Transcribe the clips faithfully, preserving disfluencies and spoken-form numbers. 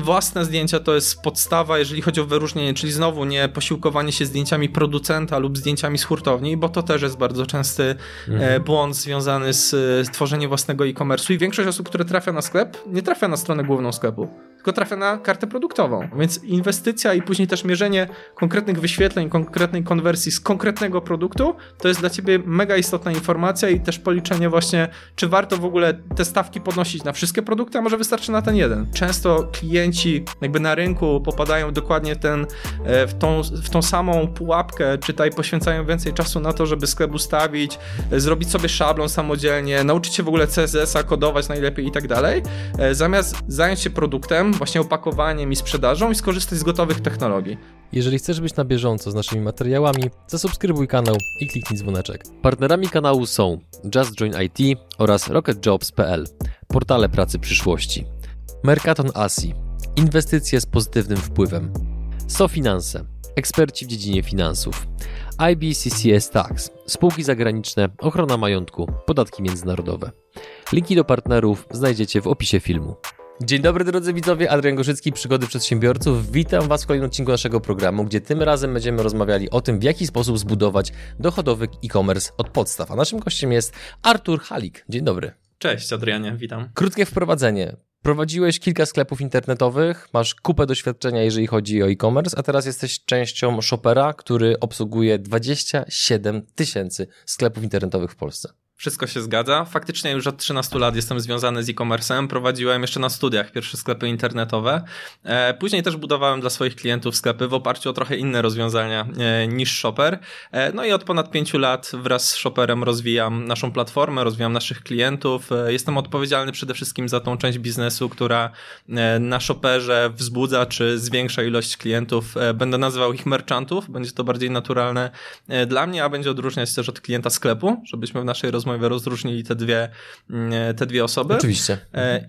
własne zdjęcia to jest podstawa, jeżeli chodzi o wyróżnienie, czyli znowu nie posiłkowanie się zdjęciami producenta lub zdjęciami z hurtowni, bo to też jest bardzo częsty mhm. błąd związany z, z tworzeniem własnego e-commerce'u i większość osób, które trafia na sklep, nie trafia na stronę główną sklepu, tylko trafia na kartę produktową. Więc inwestycja i później też mierzenie konkretnych wyświetleń, konkretnej konwersji z konkretnego produktu, to jest dla ciebie mega istotna informacja i też policzenie właśnie, czy warto w ogóle te stawki podnosić na wszystkie produkty, a może wystarczy na ten jeden. Często klienci jakby na rynku popadają dokładnie ten, w, tą, w tą samą pułapkę, czytaj, poświęcają więcej czasu na to, żeby sklep ustawić, zrobić sobie szablon samodzielnie, nauczyć się w ogóle C S S-a, kodować najlepiej i tak dalej, zamiast zająć się produktem, właśnie opakowaniem i sprzedażą i skorzystać z gotowych technologii. Jeżeli chcesz być na bieżąco z naszymi materiałami, zasubskrybuj kanał i kliknij dzwoneczek. Partnerami kanału są Just Join I T oraz rocket jobs kropka p l, portale pracy przyszłości. Mercaton Asi, inwestycje z pozytywnym wpływem. SoFinanse, eksperci w dziedzinie finansów. I B C C S Tax, spółki zagraniczne, ochrona majątku, podatki międzynarodowe. Linki do partnerów znajdziecie w opisie filmu. Dzień dobry drodzy widzowie, Adrian Gorzycki, Przygody Przedsiębiorców. Witam Was w kolejnym odcinku naszego programu, gdzie tym razem będziemy rozmawiali o tym, w jaki sposób zbudować dochodowy e-commerce od podstaw. A naszym gościem jest Artur Halik. Dzień dobry. Cześć Adrianie, witam. Krótkie wprowadzenie. Prowadziłeś kilka sklepów internetowych, masz kupę doświadczenia, jeżeli chodzi o e-commerce, a teraz jesteś częścią Shopera, który obsługuje dwadzieścia siedem tysięcy sklepów internetowych w Polsce. Wszystko się zgadza. Faktycznie już od trzynastu lat jestem związany z e-commerce'em. Prowadziłem jeszcze na studiach pierwsze sklepy internetowe. Później też budowałem dla swoich klientów sklepy w oparciu o trochę inne rozwiązania niż Shopper. No i od ponad pięciu lat wraz z Shopperem rozwijam naszą platformę, rozwijam naszych klientów. Jestem odpowiedzialny przede wszystkim za tą część biznesu, która na Shopperze wzbudza czy zwiększa ilość klientów. Będę nazywał ich merchantów. Będzie to bardziej naturalne dla mnie, a będzie odróżniać też od klienta sklepu, żebyśmy w naszej rozmowie rozróżnili te dwie, te dwie osoby. Oczywiście.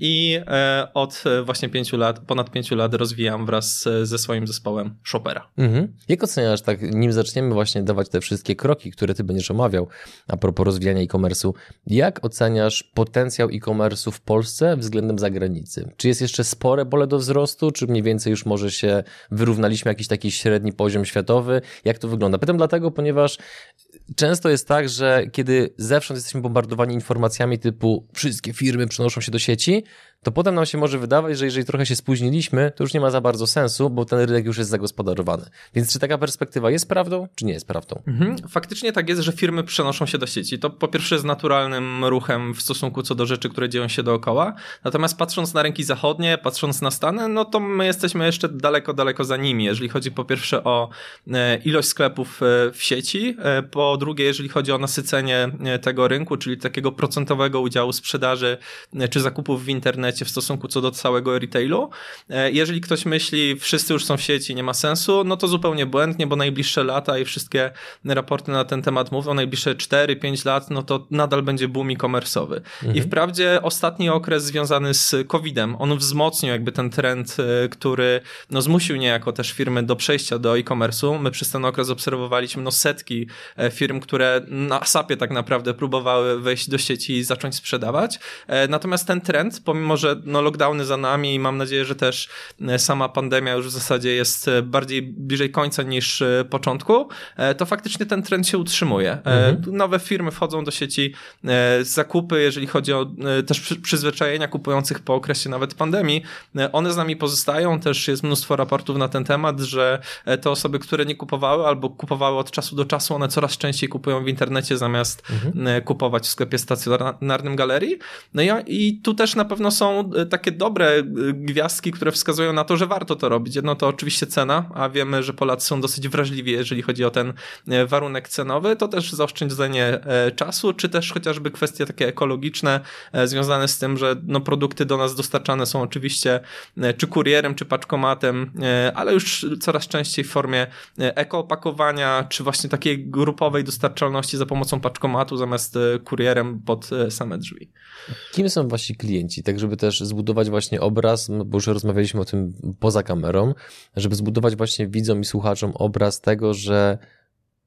I od właśnie pięciu lat, ponad pięciu lat rozwijam wraz ze swoim zespołem Shopera. Mhm. Jak oceniasz, tak nim zaczniemy właśnie dawać te wszystkie kroki, które ty będziesz omawiał a propos rozwijania e-commerce'u, jak oceniasz potencjał e-commerce'u w Polsce względem zagranicy? Czy jest jeszcze spore pole do wzrostu, czy mniej więcej już może się wyrównaliśmy jakiś taki średni poziom światowy? Jak to wygląda? Pytam dlatego, ponieważ często jest tak, że kiedy zewsząd jesteśmy bombardowani informacjami typu wszystkie firmy przenoszą się do sieci, to potem nam się może wydawać, że jeżeli trochę się spóźniliśmy, to już nie ma za bardzo sensu, bo ten rynek już jest zagospodarowany. Więc czy taka perspektywa jest prawdą, czy nie jest prawdą? Mhm. Faktycznie tak jest, że firmy przenoszą się do sieci. To po pierwsze jest naturalnym ruchem w stosunku co do rzeczy, które dzieją się dookoła. Natomiast patrząc na rynki zachodnie, patrząc na Stany, no to my jesteśmy jeszcze daleko, daleko za nimi. Jeżeli chodzi po pierwsze o ilość sklepów w sieci, po drugie jeżeli chodzi o nasycenie tego rynku, czyli takiego procentowego udziału sprzedaży czy zakupów w internecie w stosunku co do całego retailu. Jeżeli ktoś myśli, wszyscy już są w sieci, nie ma sensu, no to zupełnie błędnie, bo najbliższe lata i wszystkie raporty na ten temat mówią, najbliższe cztery pięć lat, no to nadal będzie boom e-commerce'owy. Mhm. I wprawdzie ostatni okres związany z kowidem, on wzmocnił jakby ten trend, który no zmusił niejako też firmy do przejścia do e-commerce'u. My przez ten okres obserwowaliśmy no setki firm, które na sapie tak naprawdę próbowały wejść do sieci i zacząć sprzedawać. Natomiast ten trend, pomimo że no lockdowny za nami i mam nadzieję, że też sama pandemia już w zasadzie jest bardziej bliżej końca niż początku, to faktycznie ten trend się utrzymuje. Mhm. Nowe firmy wchodzą do sieci, zakupy, jeżeli chodzi o też przyzwyczajenia kupujących po okresie nawet pandemii, one z nami pozostają. Też jest mnóstwo raportów na ten temat, że te osoby, które nie kupowały albo kupowały od czasu do czasu, one coraz częściej kupują w internecie zamiast mhm. kupować w sklepie stacjonarnym galerii. No i, i tu też na pewno są takie dobre gwiazdki, które wskazują na to, że warto to robić. Jedno to oczywiście cena, a wiemy, że Polacy są dosyć wrażliwi, jeżeli chodzi o ten warunek cenowy. To też zaoszczędzenie czasu, czy też chociażby kwestie takie ekologiczne związane z tym, że no produkty do nas dostarczane są oczywiście czy kurierem, czy paczkomatem, ale już coraz częściej w formie eko-opakowania, czy właśnie takiej grupowej dostarczalności za pomocą paczkomatu zamiast kurierem pod same drzwi. Kim są wasi klienci? Tak, żeby też zbudować właśnie obraz, bo już rozmawialiśmy o tym poza kamerą, żeby zbudować właśnie widzom i słuchaczom obraz tego, że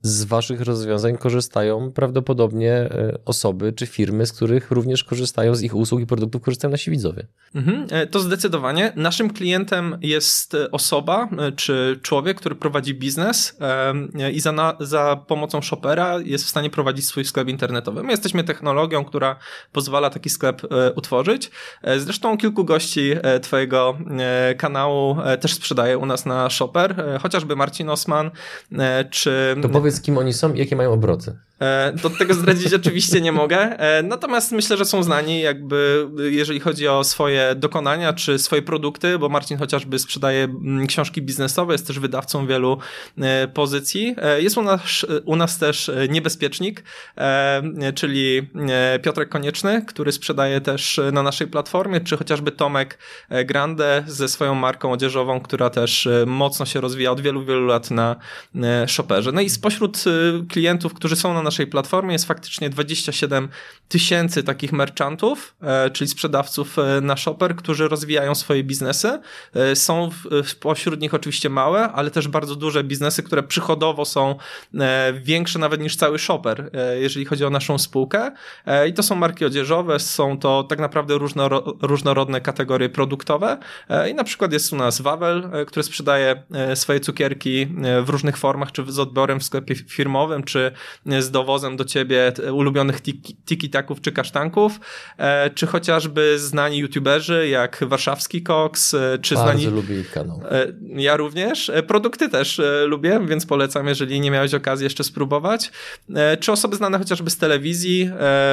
z waszych rozwiązań korzystają prawdopodobnie osoby czy firmy, z których również korzystają z ich usług i produktów, korzystają nasi widzowie. Mhm, to zdecydowanie. Naszym klientem jest osoba czy człowiek, który prowadzi biznes i za, na, za pomocą Shoppera jest w stanie prowadzić swój sklep internetowy. My jesteśmy technologią, która pozwala taki sklep utworzyć. Zresztą kilku gości twojego kanału też sprzedaje u nas na Shopper, chociażby Marcin Osman, czy... To powiedz, kim oni są i jakie mają obroty. Do tego zdradzić oczywiście nie mogę, natomiast myślę, że są znani jakby, jeżeli chodzi o swoje dokonania czy swoje produkty, bo Marcin chociażby sprzedaje książki biznesowe, jest też wydawcą wielu pozycji. Jest u nas, u nas też Niebezpiecznik, czyli Piotrek Konieczny, który sprzedaje też na naszej platformie, czy chociażby Tomek Grande ze swoją marką odzieżową, która też mocno się rozwija od wielu, wielu lat na Shopperze. No i spośród klientów, którzy są na naszej platformie jest faktycznie dwadzieścia siedem tysięcy takich merchantów, czyli sprzedawców na Shopper, którzy rozwijają swoje biznesy. Są pośród nich oczywiście małe, ale też bardzo duże biznesy, które przychodowo są większe nawet niż cały Shopper, jeżeli chodzi o naszą spółkę. I to są marki odzieżowe, są to tak naprawdę różnoro- różnorodne kategorie produktowe. I na przykład jest u nas Wawel, który sprzedaje swoje cukierki w różnych formach, czy z odbiorem w sklepie firmowym, czy z dowozem do ciebie ulubionych tiki-taków czy kasztanków, czy chociażby znani youtuberzy jak Warszawski Koks, czy Bardzo znani... lubię ich kanał. Ja również. Produkty też lubię, więc polecam, jeżeli nie miałeś okazji jeszcze spróbować. Czy osoby znane chociażby z telewizji,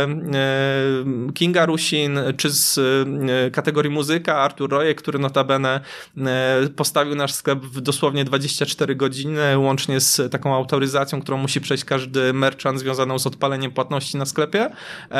Kinga Rusin, czy z kategorii muzyka, Artur Rojek, który notabene postawił nasz sklep w dosłownie dwadzieścia cztery godziny, łącznie z taką autoryzacją, którą musi przejść każdy merchant związaną z odpaleniem płatności na sklepie.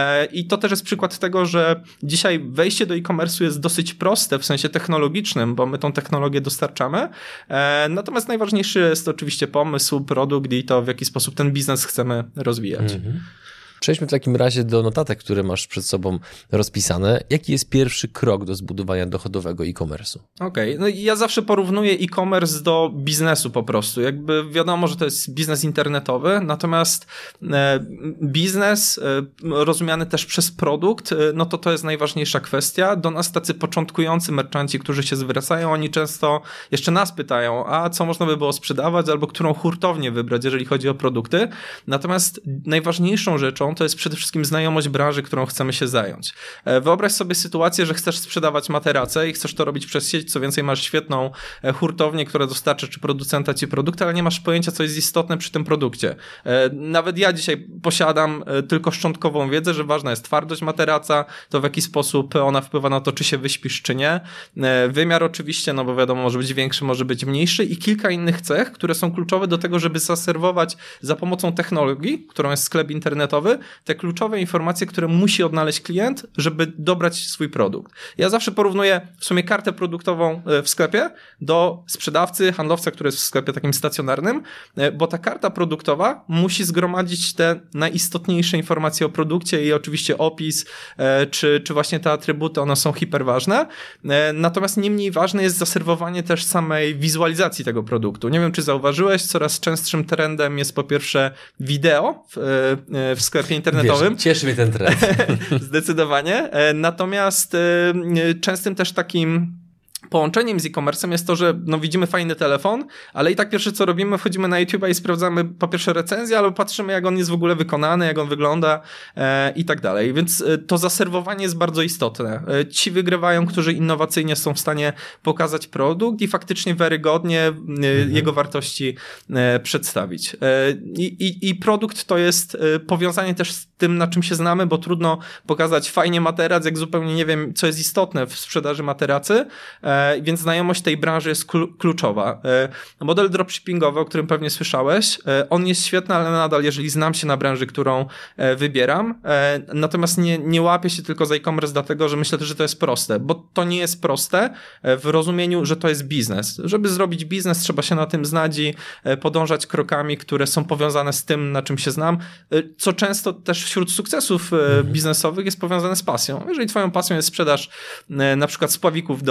I to też jest przykład tego, że dzisiaj wejście do e-commerce'u jest dosyć proste w sensie technologicznym, bo my tą technologię dostarczamy. Natomiast najważniejszy jest oczywiście pomysł, produkt i to, w jaki sposób ten biznes chcemy rozwijać. Mhm. Przejdźmy w takim razie do notatek, które masz przed sobą rozpisane. Jaki jest pierwszy krok do zbudowania dochodowego e-commerce'u? Okej, okay. No i ja zawsze porównuję e-commerce do biznesu po prostu. Jakby wiadomo, że to jest biznes internetowy, natomiast e, biznes e, rozumiany też przez produkt, e, no to to jest najważniejsza kwestia. Do nas tacy początkujący merchanci, którzy się zwracają, oni często jeszcze nas pytają, a co można by było sprzedawać, albo którą hurtownię wybrać, jeżeli chodzi o produkty. Natomiast najważniejszą rzeczą to jest przede wszystkim znajomość branży, którą chcemy się zająć. Wyobraź sobie sytuację, że chcesz sprzedawać materace i chcesz to robić przez sieć, co więcej masz świetną hurtownię, która dostarcza czy producenta ci produkt, ale nie masz pojęcia, co jest istotne przy tym produkcie. Nawet ja dzisiaj posiadam tylko szczątkową wiedzę, że ważna jest twardość materaca, to w jaki sposób ona wpływa na to, czy się wyśpisz, czy nie. Wymiar oczywiście, no bo wiadomo, może być większy, może być mniejszy i kilka innych cech, które są kluczowe do tego, żeby zaserwować za pomocą technologii, którą jest sklep internetowy, te kluczowe informacje, które musi odnaleźć klient, żeby dobrać swój produkt. Ja zawsze porównuję w sumie kartę produktową w sklepie do sprzedawcy, handlowca, który jest w sklepie takim stacjonarnym, bo ta karta produktowa musi zgromadzić te najistotniejsze informacje o produkcie i oczywiście opis, czy, czy właśnie te atrybuty, one są hiperważne. Natomiast nie mniej ważne jest zaserwowanie też samej wizualizacji tego produktu. Nie wiem, czy zauważyłeś, coraz częstszym trendem jest po pierwsze wideo w, w sklepie internetowym. Wiesz, cieszy mnie ten trend. Zdecydowanie. Natomiast częstym też takim połączeniem z e-commerce'em jest to, że no widzimy fajny telefon, ale i tak pierwsze co robimy, wchodzimy na YouTube'a i sprawdzamy po pierwsze recenzję, albo patrzymy jak on jest w ogóle wykonany, jak on wygląda e, i tak dalej. Więc e, to zaserwowanie jest bardzo istotne. E, ci wygrywają, którzy innowacyjnie są w stanie pokazać produkt i faktycznie wiarygodnie e, mhm. jego wartości e, przedstawić. E, i, I produkt to jest e, powiązanie też z tym, na czym się znamy, bo trudno pokazać fajnie materac, jak zupełnie nie wiem, co jest istotne w sprzedaży materacy, więc znajomość tej branży jest kluczowa. Model dropshippingowy, o którym pewnie słyszałeś, on jest świetny, ale nadal, jeżeli znam się na branży, którą wybieram, natomiast nie, nie łapię się tylko za e-commerce dlatego, że myślę, że to jest proste, bo to nie jest proste w rozumieniu, że to jest biznes. Żeby zrobić biznes, trzeba się na tym znać i podążać krokami, które są powiązane z tym, na czym się znam, co często też wśród sukcesów biznesowych jest powiązane z pasją. Jeżeli twoją pasją jest sprzedaż na przykład spławików do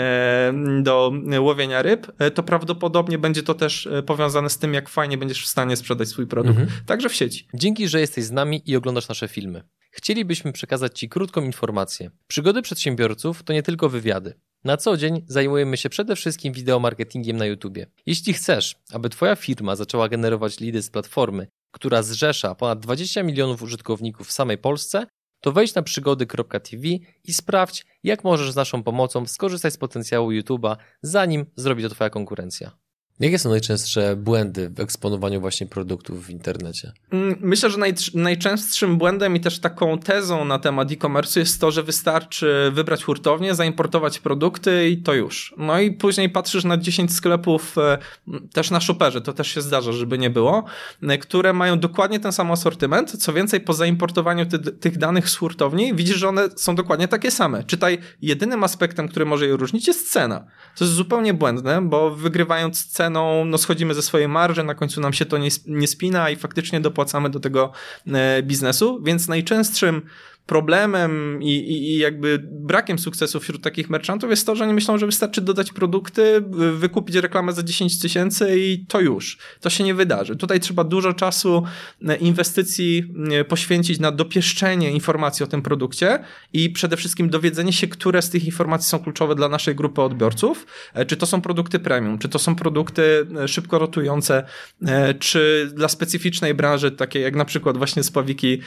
do łowienia ryb, to prawdopodobnie będzie to też powiązane z tym, jak fajnie będziesz w stanie sprzedać swój produkt, mhm. także w sieci. Dzięki, że jesteś z nami i oglądasz nasze filmy. Chcielibyśmy przekazać Ci krótką informację. Przygody przedsiębiorców to nie tylko wywiady. Na co dzień zajmujemy się przede wszystkim wideomarketingiem na YouTubie. Jeśli chcesz, aby Twoja firma zaczęła generować lidy z platformy, która zrzesza ponad dwadzieścia milionów użytkowników w samej Polsce, to wejdź na przygody kropka t v i sprawdź, jak możesz z naszą pomocą skorzystać z potencjału YouTube'a, zanim zrobi to Twoja konkurencja. Jakie są najczęstsze błędy w eksponowaniu właśnie produktów w internecie? Myślę, że naj, najczęstszym błędem i też taką tezą na temat e-commerce jest to, że wystarczy wybrać hurtownię, zaimportować produkty i to już. No i później patrzysz na dziesięć sklepów, też na Shopperze, to też się zdarza, żeby nie było, które mają dokładnie ten sam asortyment. Co więcej, po zaimportowaniu ty, tych danych z hurtowni widzisz, że one są dokładnie takie same. Czytaj, jedynym aspektem, który może je różnić, jest cena. To jest zupełnie błędne, bo wygrywając cenę no schodzimy ze swojej marży, na końcu nam się to nie, nie spina i faktycznie dopłacamy do tego e, biznesu, więc najczęstszym problemem i, i, i jakby brakiem sukcesu wśród takich merchantów jest to, że oni myślą, że wystarczy dodać produkty, wykupić reklamę za dziesięć tysięcy i to już. To się nie wydarzy. Tutaj trzeba dużo czasu, inwestycji poświęcić na dopieszczenie informacji o tym produkcie i przede wszystkim dowiedzenie się, które z tych informacji są kluczowe dla naszej grupy odbiorców. Czy to są produkty premium, czy to są produkty szybko rotujące, czy dla specyficznej branży, takiej jak na przykład właśnie spławiki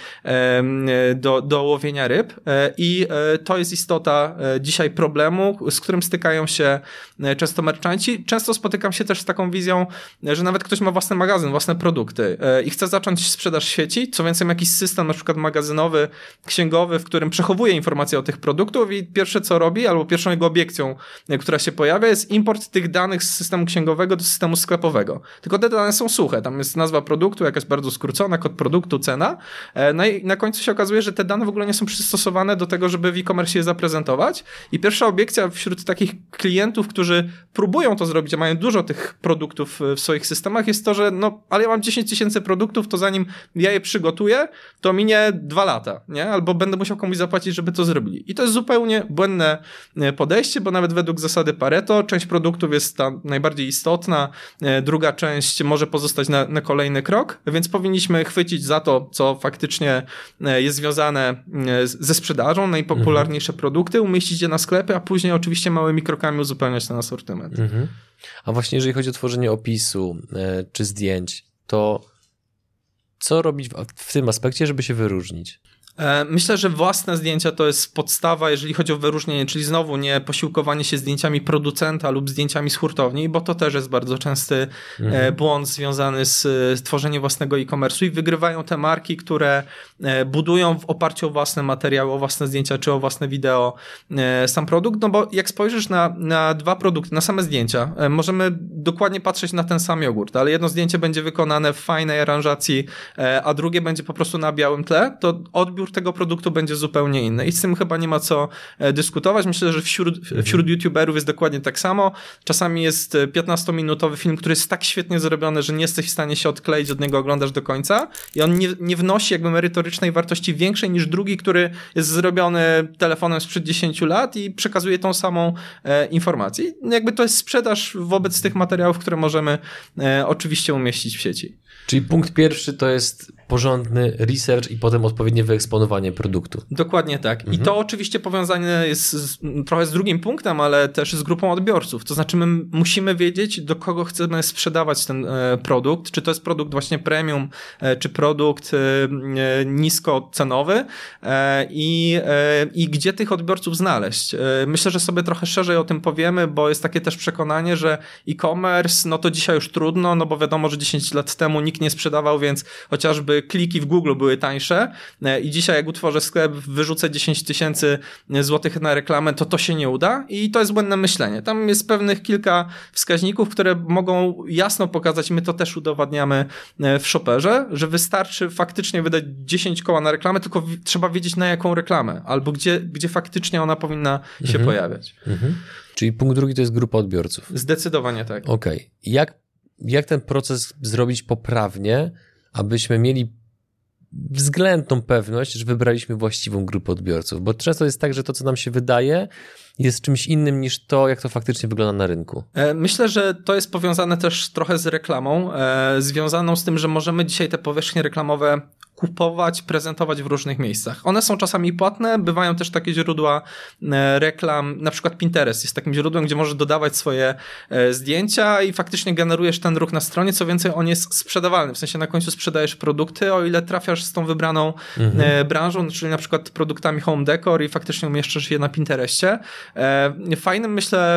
do, do łowienia ryb i to jest istota dzisiaj problemu, z którym stykają się często merchanci. Często spotykam się też z taką wizją, że nawet ktoś ma własny magazyn, własne produkty i chce zacząć sprzedaż w sieci, co więcej ma jakiś system na przykład magazynowy, księgowy, w którym przechowuje informacje o tych produktów i pierwsze co robi, albo pierwszą jego obiekcją, która się pojawia, jest import tych danych z systemu księgowego do systemu sklepowego. Tylko te dane są suche, tam jest nazwa produktu, jakaś bardzo skrócona, kod produktu, cena. No i na końcu się okazuje, że te dane w ogóle nie są przystosowane do tego, żeby w e-commerce je zaprezentować. I pierwsza obiekcja wśród takich klientów, którzy próbują to zrobić, a mają dużo tych produktów w swoich systemach, jest to, że no, ale ja mam dziesięć tysięcy produktów, to zanim ja je przygotuję, to minie dwa lata, nie? Albo będę musiał komuś zapłacić, żeby to zrobili. I to jest zupełnie błędne podejście, bo nawet według zasady Pareto część produktów jest ta najbardziej istotna, druga część może pozostać na, na kolejny krok, więc powinniśmy chwycić za to, co faktycznie jest związane ze sprzedażą, najpopularniejsze mhm. produkty, umieścić je na sklepy, a później oczywiście małymi krokami uzupełniać ten asortyment. Mhm. A właśnie jeżeli chodzi o tworzenie opisu e, czy zdjęć, to co robić w, w tym aspekcie, żeby się wyróżnić? Myślę, że własne zdjęcia to jest podstawa, jeżeli chodzi o wyróżnienie, czyli znowu nie posiłkowanie się zdjęciami producenta lub zdjęciami z hurtowni, bo to też jest bardzo częsty mhm. błąd związany z tworzeniem własnego e-commerce'u i wygrywają te marki, które budują w oparciu o własne materiały, o własne zdjęcia czy o własne wideo sam produkt, no bo jak spojrzysz na, na dwa produkty, na same zdjęcia, możemy dokładnie patrzeć na ten sam jogurt, ale jedno zdjęcie będzie wykonane w fajnej aranżacji, a drugie będzie po prostu na białym tle, to odbiór tego produktu będzie zupełnie inny i z tym chyba nie ma co dyskutować. Myślę, że wśród, wśród youtuberów jest dokładnie tak samo. Czasami jest piętnastominutowy film, który jest tak świetnie zrobiony, że nie jesteś w stanie się odkleić, od niego oglądasz do końca i on nie, nie wnosi jakby merytorycznej wartości większej niż drugi, który jest zrobiony telefonem sprzed dziesięciu lat i przekazuje tą samą e, informację. I jakby to jest sprzedaż wobec tych materiałów, które możemy e, oczywiście umieścić w sieci. Czyli punkt pierwszy to jest porządny research i potem odpowiednie wyeksponowanie produktu. Dokładnie tak. Mhm. I to oczywiście powiązane jest z, trochę z drugim punktem, ale też z grupą odbiorców. To znaczy my musimy wiedzieć, do kogo chcemy sprzedawać ten e, produkt. Czy to jest produkt właśnie premium, e, czy produkt e, niskocenowy e, i, e, i gdzie tych odbiorców znaleźć. E, myślę, że sobie trochę szerzej o tym powiemy, bo jest takie też przekonanie, że e-commerce, no to dzisiaj już trudno, no bo wiadomo, że dziesięć lat temu nikt nie sprzedawał, więc chociażby kliki w Google były tańsze i dzisiaj jak utworzę sklep, wyrzucę dziesięć tysięcy złotych na reklamę, to to się nie uda i to jest błędne myślenie. Tam jest pewnych kilka wskaźników, które mogą jasno pokazać, my to też udowadniamy w Shopperze, że wystarczy faktycznie wydać dziesięć koła na reklamę, tylko w- trzeba wiedzieć na jaką reklamę, albo gdzie, gdzie faktycznie ona powinna się mhm. pojawiać. Mhm. Czyli punkt drugi to jest grupa odbiorców. Zdecydowanie tak. Okej. Okay. Jak, jak ten proces zrobić poprawnie, abyśmy mieli względną pewność, że wybraliśmy właściwą grupę odbiorców, bo często jest tak, że to, co nam się wydaje, jest czymś innym niż to, jak to faktycznie wygląda na rynku. Myślę, że to jest powiązane też trochę z reklamą, e, związaną z tym, że możemy dzisiaj te powierzchnie reklamowe kupować, prezentować w różnych miejscach. One są czasami płatne, bywają też takie źródła e, reklam, na przykład Pinterest jest takim źródłem, gdzie możesz dodawać swoje e, zdjęcia i faktycznie generujesz ten ruch na stronie, co więcej on jest sprzedawalny, w sensie na końcu sprzedajesz produkty, o ile trafiasz z tą wybraną mhm. e, branżą, czyli na przykład produktami home decor i faktycznie umieszczasz je na Pinterestie. E, fajnym, myślę,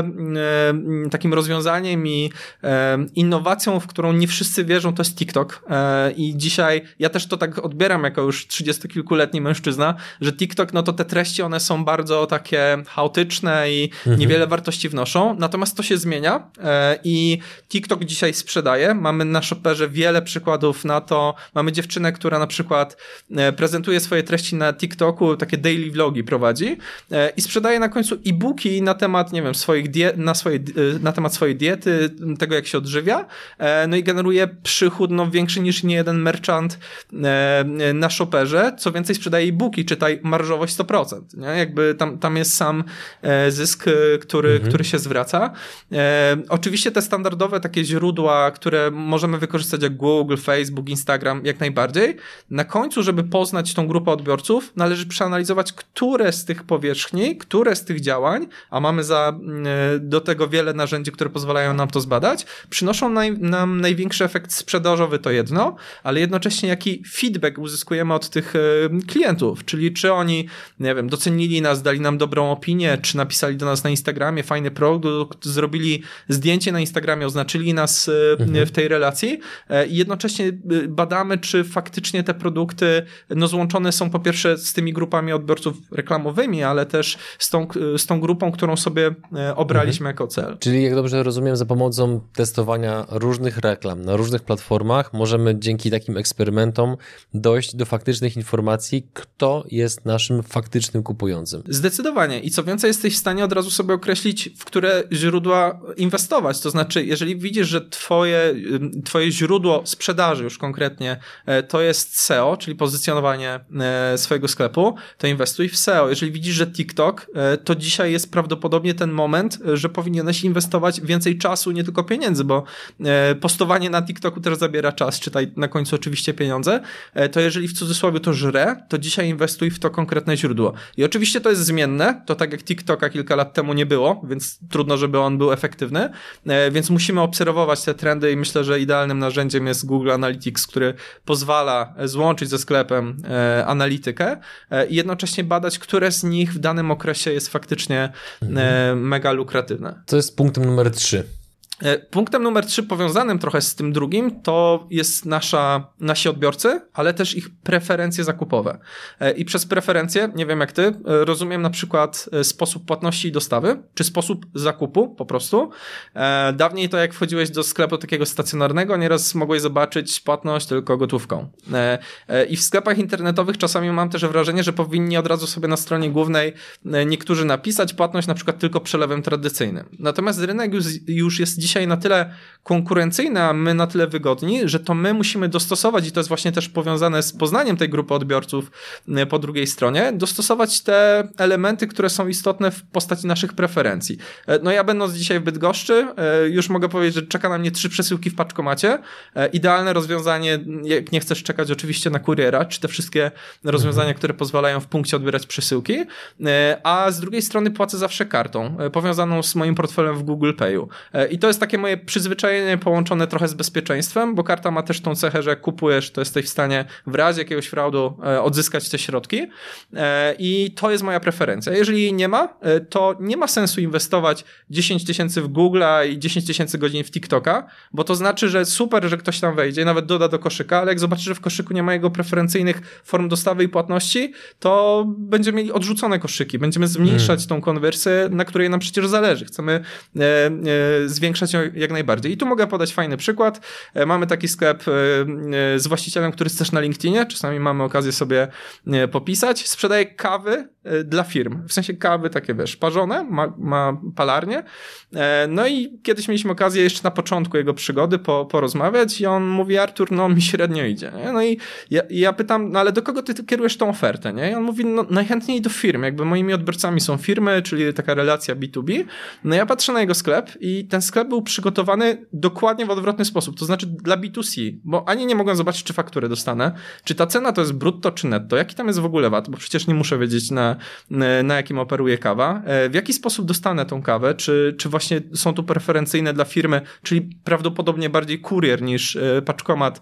e, takim rozwiązaniem i e, innowacją, w którą nie wszyscy wierzą, to jest TikTok. E, I dzisiaj ja też to tak odbieram jako już trzydziestokilkuletni mężczyzna, że TikTok, no to te treści, one są bardzo takie chaotyczne i mhm. niewiele wartości wnoszą, natomiast to się zmienia e, i TikTok dzisiaj sprzedaje. Mamy na Shopperze wiele przykładów na to. Mamy dziewczynę, która na przykład e, prezentuje swoje treści na TikToku, takie daily vlogi prowadzi e, i sprzedaje na końcu e-booki na temat, nie wiem, swoich die- na, swojej, na temat swojej diety, tego jak się odżywia, e, no i generuje przychód no, większy niż niejeden merchant e, na Shopperze, co więcej sprzedaje e-booki, czytaj marżowość sto procent, nie? Jakby tam, tam jest sam e, zysk, który, mhm. który się zwraca. E, oczywiście te standardowe takie źródła, które możemy wykorzystać jak Google, Facebook, Instagram, jak najbardziej. Na końcu, żeby poznać tą grupę odbiorców, należy przeanalizować, które z tych powierzchni, które z tych działań, a mamy za, e, do tego wiele narzędzi, które pozwalają nam to zbadać, przynoszą naj, nam największy efekt sprzedażowy, to jedno, ale jednocześnie jaki feedback uzyskujemy od tych klientów, czyli czy oni, nie wiem, docenili nas, dali nam dobrą opinię, czy napisali do nas na Instagramie fajny produkt, zrobili zdjęcie na Instagramie, oznaczyli nas mhm. w tej relacji i jednocześnie badamy, czy faktycznie te produkty no, złączone są po pierwsze z tymi grupami odbiorców reklamowymi, ale też z tą, z tą grupą, którą sobie obraliśmy mhm. jako cel. Czyli jak dobrze rozumiem, za pomocą testowania różnych reklam na różnych platformach możemy dzięki takim eksperymentom dojść do faktycznych informacji, kto jest naszym faktycznym kupującym. Zdecydowanie. I co więcej, jesteś w stanie od razu sobie określić, w które źródła inwestować. To znaczy, jeżeli widzisz, że twoje, twoje źródło sprzedaży już konkretnie to jest S E O, czyli pozycjonowanie swojego sklepu, to inwestuj w S E O. Jeżeli widzisz, że TikTok, to dzisiaj jest prawdopodobnie ten moment, że powinieneś inwestować więcej czasu, nie tylko pieniędzy, bo postowanie na TikToku też zabiera czas, czytaj na końcu oczywiście pieniądze, to jeżeli w cudzysłowie to żre, to dzisiaj inwestuj w to konkretne źródło. I oczywiście to jest zmienne, to tak jak TikToka kilka lat temu nie było, więc trudno, żeby on był efektywny, więc musimy obserwować te trendy i myślę, że idealnym narzędziem jest Google Analytics, który pozwala złączyć ze sklepem analitykę i jednocześnie badać, które z nich w danym okresie jest faktycznie mhm. mega lukratywne. To jest punktem numer trzy. Punktem numer trzy, powiązanym trochę z tym drugim, to jest nasza, nasi odbiorcy, ale też ich preferencje zakupowe. I przez preferencje, nie wiem jak ty, rozumiem na przykład sposób płatności i dostawy, czy sposób zakupu po prostu. Dawniej to jak wchodziłeś do sklepu takiego stacjonarnego, nieraz mogłeś zobaczyć płatność tylko gotówką. I w sklepach internetowych czasami mam też wrażenie, że powinni od razu sobie na stronie głównej niektórzy napisać płatność na przykład tylko przelewem tradycyjnym. Natomiast rynek już, już jest dzisiaj na tyle konkurencyjny, a my na tyle wygodni, że to my musimy dostosować, i to jest właśnie też powiązane z poznaniem tej grupy odbiorców po drugiej stronie, dostosować te elementy, które są istotne w postaci naszych preferencji. No ja będąc dzisiaj w Bydgoszczy, już mogę powiedzieć, że czeka na mnie trzy przesyłki w paczkomacie. Idealne rozwiązanie, jak nie chcesz czekać oczywiście na kuriera, czy te wszystkie rozwiązania, które pozwalają w punkcie odbierać przesyłki, a z drugiej strony płacę zawsze kartą, powiązaną z moim portfelem w Google Payu. I to jest takie moje przyzwyczajenie połączone trochę z bezpieczeństwem, bo karta ma też tą cechę, że jak kupujesz, to jesteś w stanie w razie jakiegoś fraudu odzyskać te środki i to jest moja preferencja. Jeżeli jej nie ma, to nie ma sensu inwestować dziesięć tysięcy w Google'a i dziesięć tysięcy godzin w TikToka, bo to znaczy, że super, że ktoś tam wejdzie, nawet doda do koszyka, ale jak zobaczy, że w koszyku nie ma jego preferencyjnych form dostawy i płatności, to będziemy mieli odrzucone koszyki, będziemy zmniejszać hmm. tą konwersję, na której nam przecież zależy. Chcemy e, e, zwiększać ją jak najbardziej. I tu mogę podać fajny przykład. E, mamy taki sklep e, z właścicielem, który jest też na LinkedInie, czasami mamy okazję sobie e, popisać. Sprzedaje kawy dla firm. W sensie kawy takie, wiesz, parzone, ma, ma palarnię. No i kiedyś mieliśmy okazję jeszcze na początku jego przygody po, porozmawiać i on mówi, Artur, no mi średnio idzie. Nie? No i ja, ja pytam, no ale do kogo ty kierujesz tą ofertę? Nie? I on mówi, no najchętniej do firm. Jakby moimi odbiorcami są firmy, czyli taka relacja B dwa B. No ja patrzę na jego sklep i ten sklep był przygotowany dokładnie w odwrotny sposób. To znaczy dla B dwa C, bo ani nie mogłem zobaczyć, czy fakturę dostanę, czy ta cena to jest brutto, czy netto, jaki tam jest w ogóle V A T, bo przecież nie muszę wiedzieć, na, na jakim operuje kawa, w jaki sposób dostanę tą kawę, czy, czy właśnie są tu preferencyjne dla firmy, czyli prawdopodobnie bardziej kurier niż paczkomat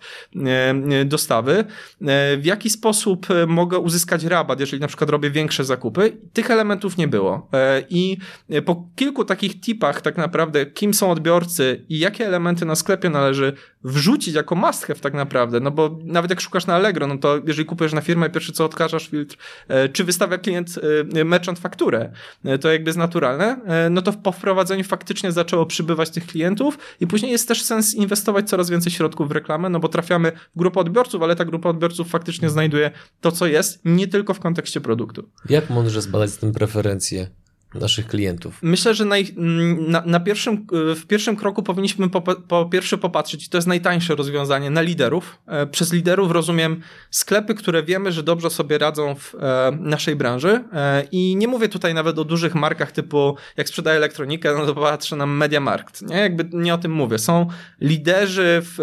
dostawy, w jaki sposób mogę uzyskać rabat, jeżeli na przykład robię większe zakupy. Tych elementów nie było. I po kilku takich tipach tak naprawdę, kim są odbiorcy i jakie elementy na sklepie należy wrzucić jako must have tak naprawdę, no bo nawet jak szukasz na Allegro, no to jeżeli kupujesz na firmę, pierwszy co odkażasz filtr, czy wystawia klient, merchant fakturę, to jakby jest naturalne, no to po wprowadzeniu faktycznie zaczęło przybywać tych klientów i później jest też sens inwestować coraz więcej środków w reklamę, no bo trafiamy w grupę odbiorców, ale ta grupa odbiorców faktycznie znajduje to, co jest, nie tylko w kontekście produktu. Jak mądrze zbadać te preferencje naszych klientów? Myślę, że naj, na, na pierwszym, w pierwszym kroku powinniśmy po, po pierwsze popatrzeć, i to jest najtańsze rozwiązanie, na liderów. Przez liderów rozumiem sklepy, które wiemy, że dobrze sobie radzą w e, naszej branży e, i nie mówię tutaj nawet o dużych markach typu, jak sprzedaję elektronikę, no to patrzę na MediaMarkt, nie? Jakby nie o tym mówię. Są liderzy w,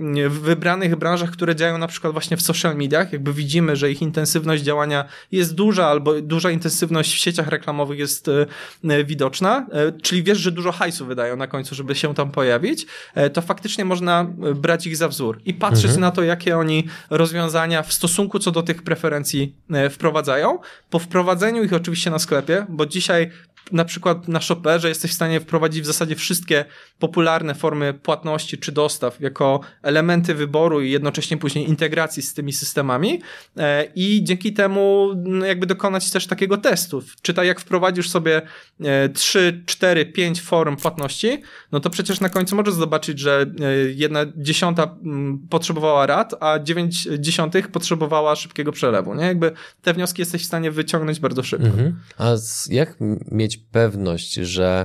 w wybranych branżach, które działają na przykład właśnie w social mediach, jakby widzimy, że ich intensywność działania jest duża albo duża intensywność w sieciach reklamowych jest widoczna, czyli wiesz, że dużo hajsu wydają na końcu, żeby się tam pojawić, to faktycznie można brać ich za wzór i patrzeć mhm. na to, jakie oni rozwiązania w stosunku co do tych preferencji wprowadzają. Po wprowadzeniu ich oczywiście na sklepie, bo dzisiaj na przykład na Shopperze jesteś w stanie wprowadzić w zasadzie wszystkie popularne formy płatności czy dostaw jako elementy wyboru i jednocześnie później integracji z tymi systemami i dzięki temu jakby dokonać też takiego testu. Czy tak jak wprowadzisz sobie trzy, cztery, pięć form płatności, no to przecież na końcu możesz zobaczyć, że jedna dziesiąta potrzebowała rat, a dziewięć dziesiątych potrzebowała szybkiego przelewu. Nie? Jakby te wnioski jesteś w stanie wyciągnąć bardzo szybko. Mhm. A jak mieć pewność, że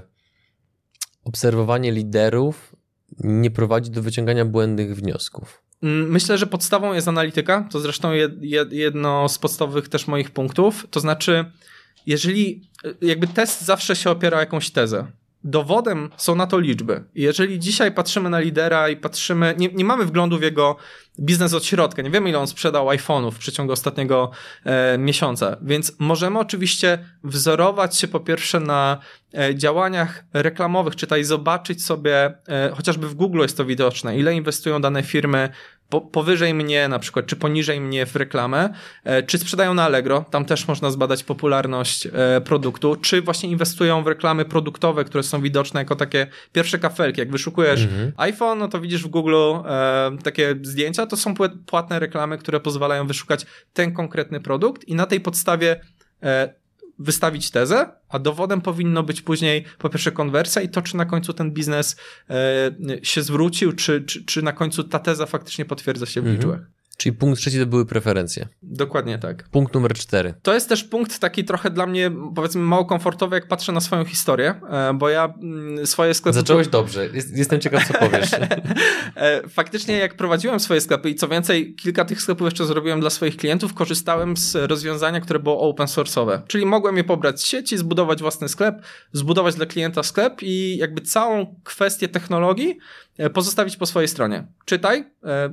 obserwowanie liderów nie prowadzi do wyciągania błędnych wniosków? Myślę, że podstawą jest analityka. To zresztą jedno z podstawowych też moich punktów. To znaczy, jeżeli jakby test zawsze się opiera o jakąś tezę. Dowodem są na to liczby. Jeżeli dzisiaj patrzymy na lidera i patrzymy, nie, nie mamy wglądu w jego biznes od środka, nie wiemy ile on sprzedał iPhone'ów w przeciągu ostatniego e, miesiąca, więc możemy oczywiście wzorować się po pierwsze na e, działaniach reklamowych, czytaj zobaczyć sobie, e, chociażby w Google jest to widoczne, ile inwestują dane firmy po, powyżej mnie na przykład, czy poniżej mnie w reklamę, e, czy sprzedają na Allegro, tam też można zbadać popularność e, produktu, czy właśnie inwestują w reklamy produktowe, które są widoczne jako takie pierwsze kafelki, jak wyszukujesz mhm. iPhone, no to widzisz w Google e, takie zdjęcia, to są płatne reklamy, które pozwalają wyszukać ten konkretny produkt i na tej podstawie e, wystawić tezę, a dowodem powinno być później po pierwsze konwersja i to, czy na końcu ten biznes e, się zwrócił, czy, czy, czy na końcu ta teza faktycznie potwierdza się w mhm. liczbach. Czyli punkt trzeci to były preferencje. Dokładnie tak. Punkt numer cztery. To jest też punkt taki trochę dla mnie, powiedzmy, mało komfortowy, jak patrzę na swoją historię, bo ja swoje sklepy... Zacząłeś dobrze. Jestem ciekaw, co powiesz. Faktycznie jak prowadziłem swoje sklepy i co więcej, kilka tych sklepów jeszcze zrobiłem dla swoich klientów, korzystałem z rozwiązania, które było open source'owe. Czyli mogłem je pobrać z sieci, zbudować własny sklep, zbudować dla klienta sklep i jakby całą kwestię technologii pozostawić po swojej stronie. Czytaj.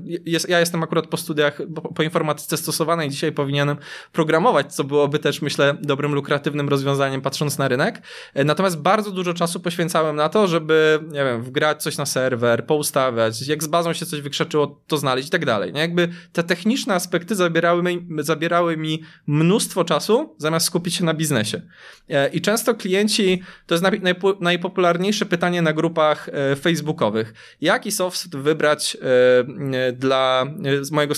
Ja jestem akurat po studiach po informatyce stosowanej, dzisiaj powinienem programować, co byłoby też, myślę, dobrym, lukratywnym rozwiązaniem, patrząc na rynek. Natomiast bardzo dużo czasu poświęcałem na to, żeby, nie wiem, wgrać coś na serwer, poustawiać, jak z bazą się coś wykrzeczyło, to znaleźć i tak dalej. Nie? Jakby te techniczne aspekty zabierały mi, zabierały mi mnóstwo czasu, zamiast skupić się na biznesie. I często klienci, to jest najpopularniejsze pytanie na grupach facebookowych. Jaki soft wybrać dla z mojego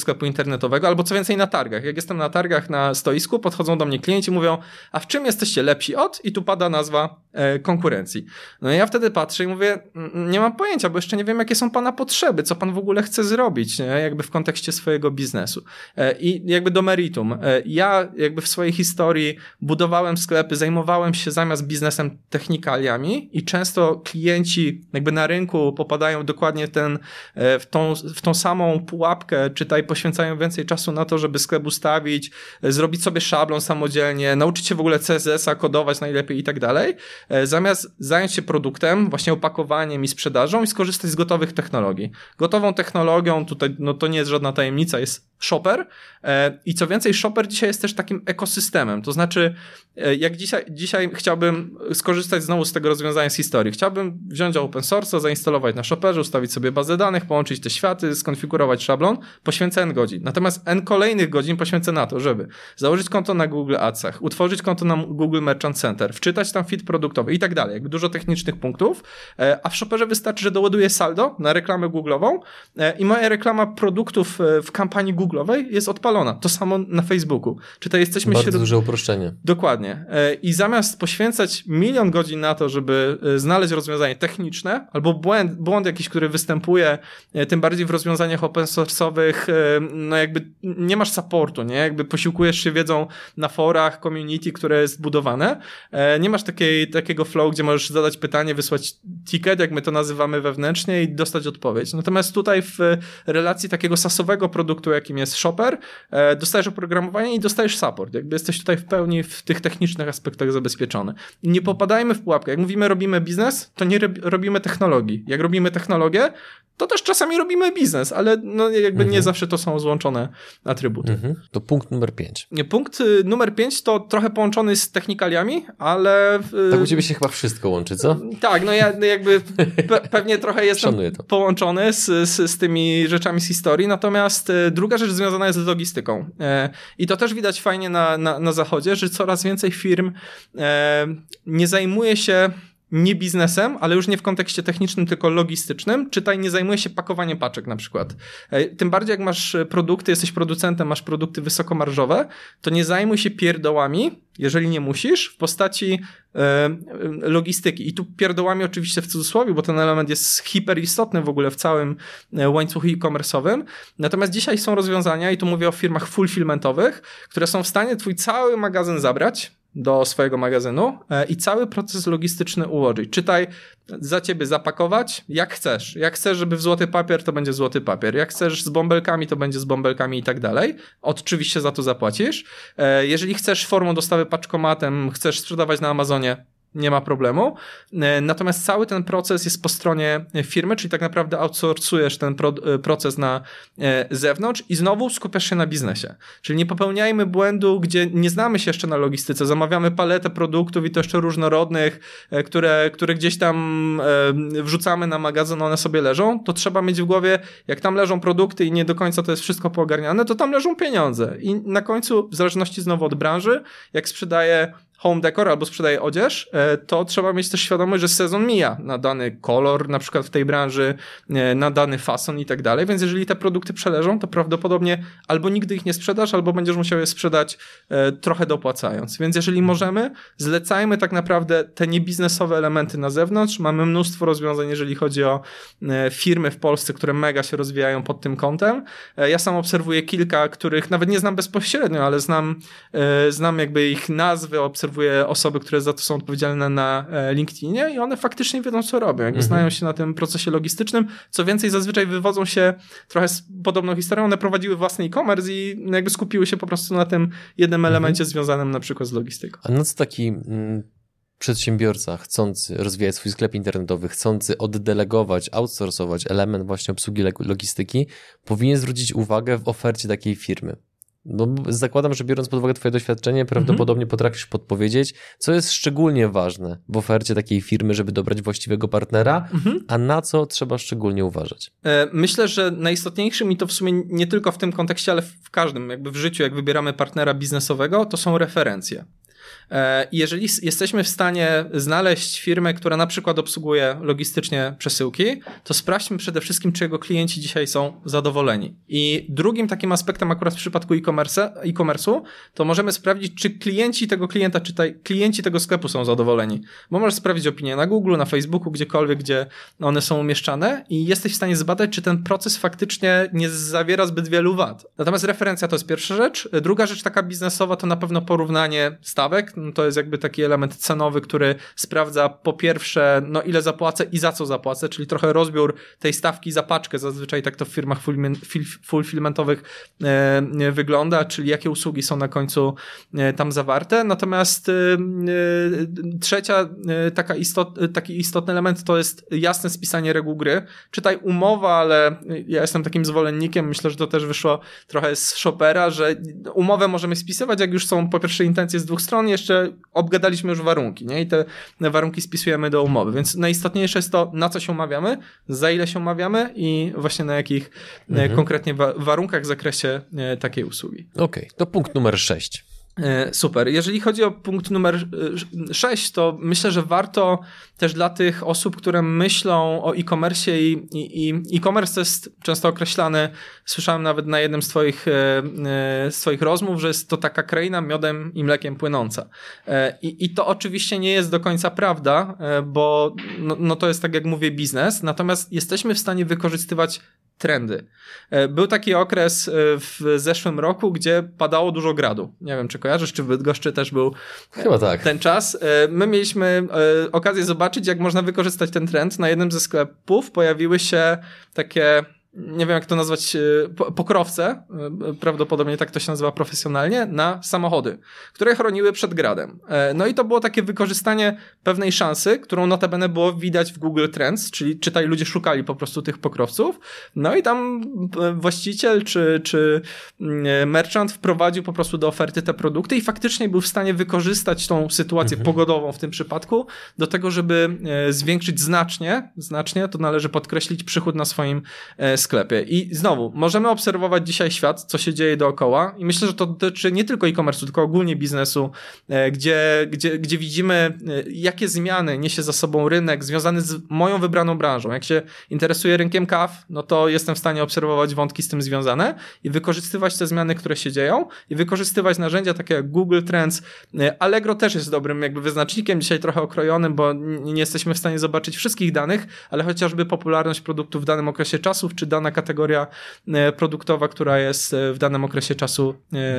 sklepu internetowego, albo co więcej na targach. Jak jestem na targach na stoisku, podchodzą do mnie klienci i mówią, a w czym jesteście lepsi od? I tu pada nazwa e, konkurencji. No i ja wtedy patrzę i mówię, nie mam pojęcia, bo jeszcze nie wiem, jakie są pana potrzeby, co pan w ogóle chce zrobić, nie? Jakby w kontekście swojego biznesu. E, I jakby do meritum. E, ja jakby w swojej historii budowałem sklepy, zajmowałem się zamiast biznesem technikaliami i często klienci jakby na rynku popadają dokładnie ten, e, w, tą, w tą samą pułapkę, czytaj, poświęcają więcej czasu na to, żeby sklep ustawić, e, zrobić sobie szablon samodzielnie, nauczyć się w ogóle C S S-a, kodować najlepiej i tak dalej, e, zamiast zająć się produktem, właśnie opakowaniem i sprzedażą i skorzystać z gotowych technologii. Gotową technologią tutaj, no to nie jest żadna tajemnica, jest Shopper e, i co więcej, Shopper dzisiaj jest też takim ekosystemem, to znaczy e, jak dzisiaj, dzisiaj chciałbym skorzystać znowu z tego rozwiązania z historii, chciałbym wziąć open source, zainstalować na Shopperze, ustawić sobie bazę danych, połączyć te światy, skonfigurować szablon, poświęcę N godzin. Natomiast N kolejnych godzin poświęcę na to, żeby założyć konto na Google Adsach, utworzyć konto na Google Merchant Center, wczytać tam feed produktowy i tak dalej, jakby dużo technicznych punktów, e, a w Shopperze wystarczy, że doładuję saldo na reklamę Google'ową e, i moja reklama produktów e, w kampanii Google jest odpalona. To samo na Facebooku. Czy to jesteśmy Bardzo środ... duże uproszczenie. Dokładnie. I zamiast poświęcać milion godzin na to, żeby znaleźć rozwiązanie techniczne, albo błąd, błąd jakiś, który występuje, tym bardziej w rozwiązaniach open source'owych, no jakby nie masz supportu, nie? Jakby posiłkujesz się wiedzą na forach, community, które jest budowane. Nie masz takiej, takiego flow, gdzie możesz zadać pytanie, wysłać ticket, jak my to nazywamy wewnętrznie i dostać odpowiedź. Natomiast tutaj w relacji takiego sasowego produktu, jakim jest Shopper, e, dostajesz oprogramowanie i dostajesz support. Jakby jesteś tutaj w pełni w tych technicznych aspektach zabezpieczony. I nie popadajmy w pułapkę. Jak mówimy robimy biznes, to nie robimy technologii. Jak robimy technologię, to też czasami robimy biznes, ale no jakby mhm. nie zawsze to są złączone atrybuty. Mhm. To punkt numer pięć. Punkt numer pięć to trochę połączony z technikaliami, ale... Tak u ciebie się chyba wszystko łączy, co? Tak, no ja jakby pe- pewnie trochę jestem połączony z, z, z tymi rzeczami z historii, natomiast druga rzecz związana jest z logistyką. I to też widać fajnie na, na, na zachodzie, że coraz więcej firm nie zajmuje się nie biznesem, ale już nie w kontekście technicznym, tylko logistycznym, czytaj, nie zajmuje się pakowaniem paczek na przykład. Tym bardziej jak masz produkty, jesteś producentem, masz produkty wysokomarżowe, to nie zajmuj się pierdołami, jeżeli nie musisz, w postaci e, logistyki. I tu pierdołami oczywiście w cudzysłowie, bo ten element jest hiperistotny w ogóle w całym łańcuchu e-commerce'owym. Natomiast dzisiaj są rozwiązania, i tu mówię o firmach fulfillmentowych, które są w stanie twój cały magazyn zabrać do swojego magazynu i cały proces logistyczny ułożyć. Czytaj, za ciebie zapakować, jak chcesz. Jak chcesz, żeby w złoty papier, to będzie złoty papier. Jak chcesz z bąbelkami, to będzie z bąbelkami i tak dalej. Oczywiście za to zapłacisz. Jeżeli chcesz formą dostawy paczkomatem, chcesz sprzedawać na Amazonie, nie ma problemu. Natomiast cały ten proces jest po stronie firmy, czyli tak naprawdę outsourcujesz ten pro, proces na zewnątrz i znowu skupiasz się na biznesie. Czyli nie popełniajmy błędu, gdzie nie znamy się jeszcze na logistyce, zamawiamy paletę produktów i to jeszcze różnorodnych, które, które gdzieś tam wrzucamy na magazyn, one sobie leżą, to trzeba mieć w głowie, jak tam leżą produkty i nie do końca to jest wszystko poogarniane, to tam leżą pieniądze. I na końcu, w zależności znowu od branży, jak sprzedaję home decor albo sprzedaje odzież, to trzeba mieć też świadomość, że sezon mija na dany kolor, na przykład w tej branży, na dany fason i tak dalej, więc jeżeli te produkty przeleżą, to prawdopodobnie albo nigdy ich nie sprzedasz, albo będziesz musiał je sprzedać trochę dopłacając. Więc jeżeli możemy, zlecajmy tak naprawdę te niebiznesowe elementy na zewnątrz. Mamy mnóstwo rozwiązań, jeżeli chodzi o firmy w Polsce, które mega się rozwijają pod tym kątem. Ja sam obserwuję kilka, których nawet nie znam bezpośrednio, ale znam, znam jakby ich nazwy, obserwuję osoby, które za to są odpowiedzialne na LinkedInie i one faktycznie wiedzą, co robią. Jakby mhm. znają się na tym procesie logistycznym. Co więcej, zazwyczaj wywodzą się trochę z podobną historią. One prowadziły własny e-commerce i jakby skupiły się po prostu na tym jednym mhm. elemencie związanym na przykład z logistyką. A na co taki mm, przedsiębiorca chcący rozwijać swój sklep internetowy, chcący oddelegować, outsourcować element właśnie obsługi logistyki, powinien zwrócić uwagę w ofercie takiej firmy? No, zakładam, że biorąc pod uwagę twoje doświadczenie, prawdopodobnie mm-hmm. potrafisz podpowiedzieć, co jest szczególnie ważne w ofercie takiej firmy, żeby dobrać właściwego partnera, mm-hmm. a na co trzeba szczególnie uważać? Myślę, że najistotniejszym i to w sumie nie tylko w tym kontekście, ale w każdym, jakby w życiu, jak wybieramy partnera biznesowego, to są referencje. I jeżeli jesteśmy w stanie znaleźć firmę, która na przykład obsługuje logistycznie przesyłki, to sprawdźmy przede wszystkim, czy jego klienci dzisiaj są zadowoleni. I drugim takim aspektem akurat w przypadku e-commerce, e-commerce'u, to możemy sprawdzić, czy klienci tego klienta, czy taj, klienci tego sklepu są zadowoleni. Bo możesz sprawdzić opinię na Google, na Facebooku, gdziekolwiek, gdzie one są umieszczane i jesteś w stanie zbadać, czy ten proces faktycznie nie zawiera zbyt wielu wad. Natomiast referencja to jest pierwsza rzecz. Druga rzecz taka biznesowa to na pewno porównanie stawek. To jest jakby taki element cenowy, który sprawdza po pierwsze, no ile zapłacę i za co zapłacę, czyli trochę rozbiór tej stawki za paczkę. Zazwyczaj tak to w firmach fulfillmentowych e, wygląda, czyli jakie usługi są na końcu e, tam zawarte. Natomiast e, e, trzecia e, taka istot, taki istotny element to jest jasne spisanie reguł gry. Czytaj umowa, ale ja jestem takim zwolennikiem, myślę, że to też wyszło trochę z Shopera, że umowę możemy spisywać, jak już są po pierwsze intencje z dwóch stron, jeszcze obgadaliśmy już warunki, nie? I te warunki spisujemy do umowy, więc najistotniejsze jest to, na co się umawiamy, za ile się umawiamy i właśnie na jakich mhm. konkretnie wa- warunkach w zakresie takiej usługi. Okej, okay, to punkt numer sześć. Super. Jeżeli chodzi o punkt numer sześć, to myślę, że warto też dla tych osób, które myślą o e-commerce i, i, i e-commerce jest często określany, słyszałem nawet na jednym z twoich, z twoich rozmów, że jest to taka kraina miodem i mlekiem płynąca. I, i to oczywiście nie jest do końca prawda, bo no, no to jest tak jak mówię biznes, natomiast jesteśmy w stanie wykorzystywać trendy. Był taki okres w zeszłym roku, gdzie padało dużo gradu. Nie wiem, czy kojarzysz, czy w Bydgoszczy też był Chyba tak. ten czas. My mieliśmy okazję zobaczyć, jak można wykorzystać ten trend. Na jednym ze sklepów pojawiły się takie, nie wiem jak to nazwać, pokrowce, prawdopodobnie tak to się nazywa profesjonalnie, na samochody, które chroniły przed gradem. No i to było takie wykorzystanie pewnej szansy, którą notabene było widać w Google Trends, czyli czytaj, ludzie szukali po prostu tych pokrowców. No i tam właściciel czy, czy merchant wprowadził po prostu do oferty te produkty i faktycznie był w stanie wykorzystać tą sytuację mhm. pogodową w tym przypadku do tego, żeby zwiększyć znacznie, znacznie, to należy podkreślić, przychód na swoim sklepie. I znowu, możemy obserwować dzisiaj świat, co się dzieje dookoła i myślę, że to dotyczy nie tylko e-commerce'u, tylko ogólnie biznesu, gdzie, gdzie, gdzie widzimy, jakie zmiany niesie za sobą rynek związany z moją wybraną branżą. Jak się interesuję rynkiem kaw, no to jestem w stanie obserwować wątki z tym związane i wykorzystywać te zmiany, które się dzieją i wykorzystywać narzędzia takie jak Google Trends. Allegro też jest dobrym jakby wyznacznikiem, dzisiaj trochę okrojonym, bo nie jesteśmy w stanie zobaczyć wszystkich danych, ale chociażby popularność produktu w danym okresie czasów, czy dana kategoria produktowa, która jest w danym okresie czasu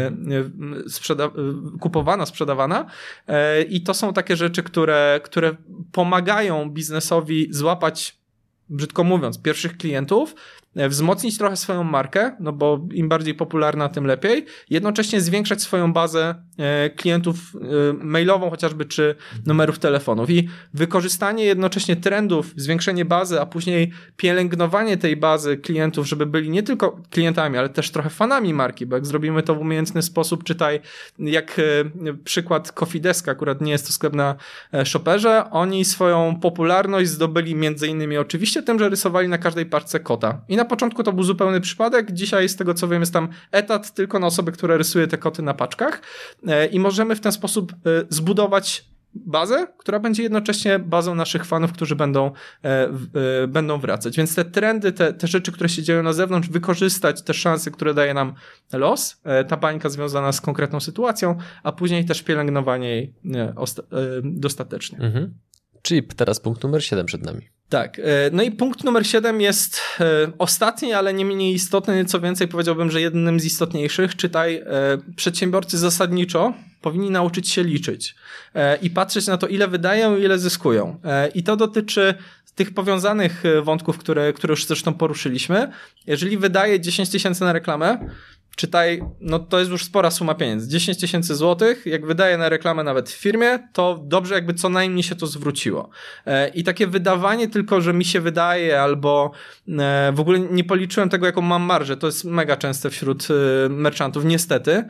sprzeda- kupowana, sprzedawana. I to są takie rzeczy, które, które pomagają biznesowi złapać, brzydko mówiąc, pierwszych klientów, wzmocnić trochę swoją markę, no bo im bardziej popularna, tym lepiej. Jednocześnie zwiększać swoją bazę klientów mailową chociażby, czy numerów telefonów. I wykorzystanie jednocześnie trendów, zwiększenie bazy, a później pielęgnowanie tej bazy klientów, żeby byli nie tylko klientami, ale też trochę fanami marki, bo jak zrobimy to w umiejętny sposób, czytaj jak przykład Coffee Desk, akurat nie jest to sklep na Shopperze, oni swoją popularność zdobyli między innymi oczywiście tym, że rysowali na każdej paczce kota. I na początku to był zupełny przypadek, dzisiaj z tego co wiem jest tam etat tylko na osoby, które rysuje te koty na paczkach i możemy w ten sposób zbudować bazę, która będzie jednocześnie bazą naszych fanów, którzy będą, e, e, będą wracać. Więc te trendy, te, te rzeczy, które się dzieją na zewnątrz, wykorzystać te szanse, które daje nam los, e, ta bańka związana z konkretną sytuacją, a później też pielęgnowanie jej e, osta- e, dostatecznie. Mhm. Czyli teraz punkt numer siedem przed nami. Tak, no i punkt numer siedem jest ostatni, ale nie mniej istotny, co więcej powiedziałbym, że jednym z istotniejszych. Czytaj, przedsiębiorcy zasadniczo powinni nauczyć się liczyć i patrzeć na to, ile wydają i ile zyskują. I to dotyczy tych powiązanych wątków, które, które już zresztą poruszyliśmy. Jeżeli wydaję dziesięć tysięcy na reklamę, czytaj, no to jest już spora suma pieniędzy. dziesięć tysięcy złotych, jak wydaję na reklamę nawet w firmie, to dobrze jakby co najmniej się to zwróciło. I takie wydawanie tylko, że mi się wydaje, albo w ogóle nie policzyłem tego, jaką mam marżę, to jest mega częste wśród merchantów, niestety.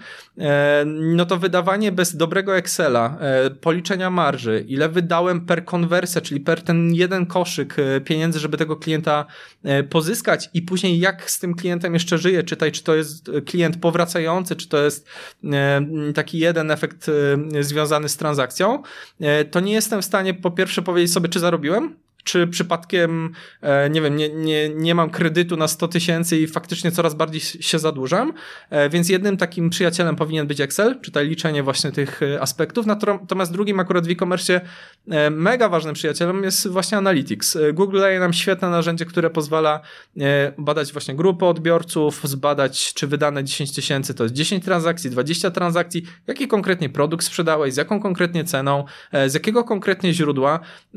No to wydawanie bez dobrego Excela, policzenia marży, ile wydałem per konwersja, czyli per ten jeden koszyk pieniędzy, żeby tego klienta pozyskać i później jak z tym klientem jeszcze żyję, czytaj, czy to jest klient klient powracający, czy to jest taki jeden efekt związany z transakcją, to nie jestem w stanie po pierwsze powiedzieć sobie, czy zarobiłem, czy przypadkiem, nie wiem, nie, nie, nie mam kredytu na sto tysięcy i faktycznie coraz bardziej się zadłużam, więc jednym takim przyjacielem powinien być Excel, czyli liczenie właśnie tych aspektów, natomiast drugim akurat w e-commerce mega ważnym przyjacielem jest właśnie Analytics. Google daje nam świetne narzędzie, które pozwala badać właśnie grupę odbiorców, zbadać, czy wydane dziesięć tysięcy to jest dziesięć transakcji, dwadzieścia transakcji, jaki konkretnie produkt sprzedałeś, z jaką konkretnie ceną, z jakiego konkretnie źródła.